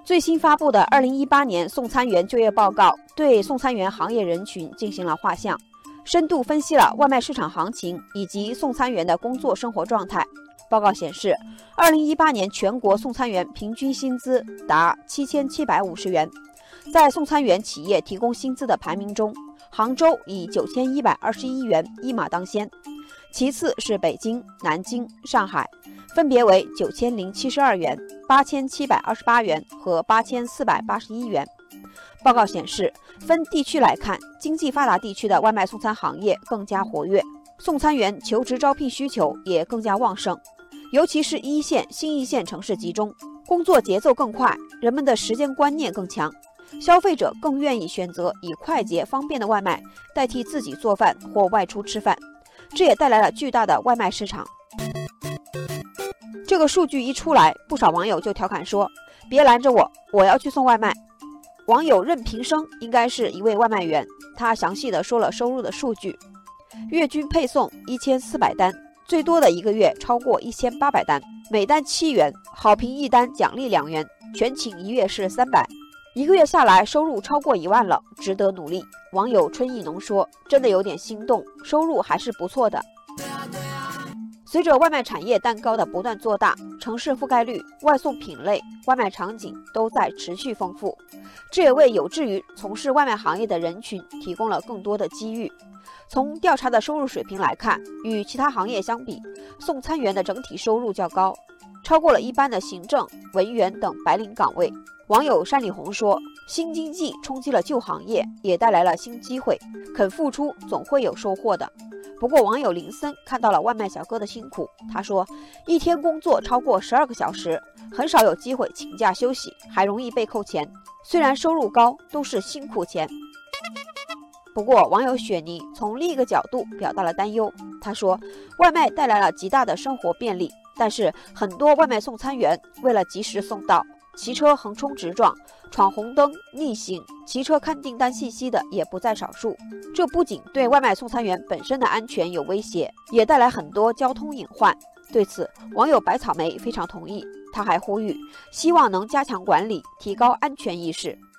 最新发布的2018年送餐员就业报告对送餐员行业人群进行了画像，深度分析了外卖市场行情以及送餐员的工作生活状态。报告显示，2018年全国送餐员平均薪资达7750元。在送餐员企业提供薪资的排名中，杭州以9121元一马当先，其次是北京、南京、上海，分别为9072元、8728元和8481元。报告显示，分地区来看，经济发达地区的外卖送餐行业更加活跃，送餐员求职招聘需求也更加旺盛，尤其是一线、新一线城市集中，工作节奏更快，人们的时间观念更强，消费者更愿意选择以快捷方便的外卖代替自己做饭或外出吃饭，这也带来了巨大的外卖市场。这个数据一出来，不少网友就调侃说：“别拦着我，我要去送外卖。”网友任平生应该是一位外卖员，他详细的说了收入的数据：月均配送1400单，最多的一个月超过1800单，每单7元，好评1单奖励2元，全勤1月是300，一个月下来收入超过1万了，值得努力。网友春意浓说：“真的有点心动，收入还是不错的。”随着外卖产业蛋糕的不断做大，城市覆盖率、外送品类、外卖场景都在持续丰富，这也为有志于从事外卖行业的人群提供了更多的机遇。从调查的收入水平来看，与其他行业相比，送餐员的整体收入较高，超过了一般的行政、文员等白领岗位。网友山里红说：“新经济冲击了旧行业，也带来了新机会，肯付出总会有收获的。”不过，网友林森看到了外卖小哥的辛苦，他说：“一天工作超过12个小时，很少有机会请假休息，还容易被扣钱。虽然收入高，都是辛苦钱。”不过，网友雪妮从另一个角度表达了担忧，他说：“外卖带来了极大的生活便利，但是很多外卖送餐员为了及时送到，骑车横冲直撞、闯红灯、逆行，骑车看订单信息的也不在少数。这不仅对外卖送餐员本身的安全有威胁，也带来很多交通隐患。”对此，网友白草莓非常同意，他还呼吁，希望能加强管理，提高安全意识。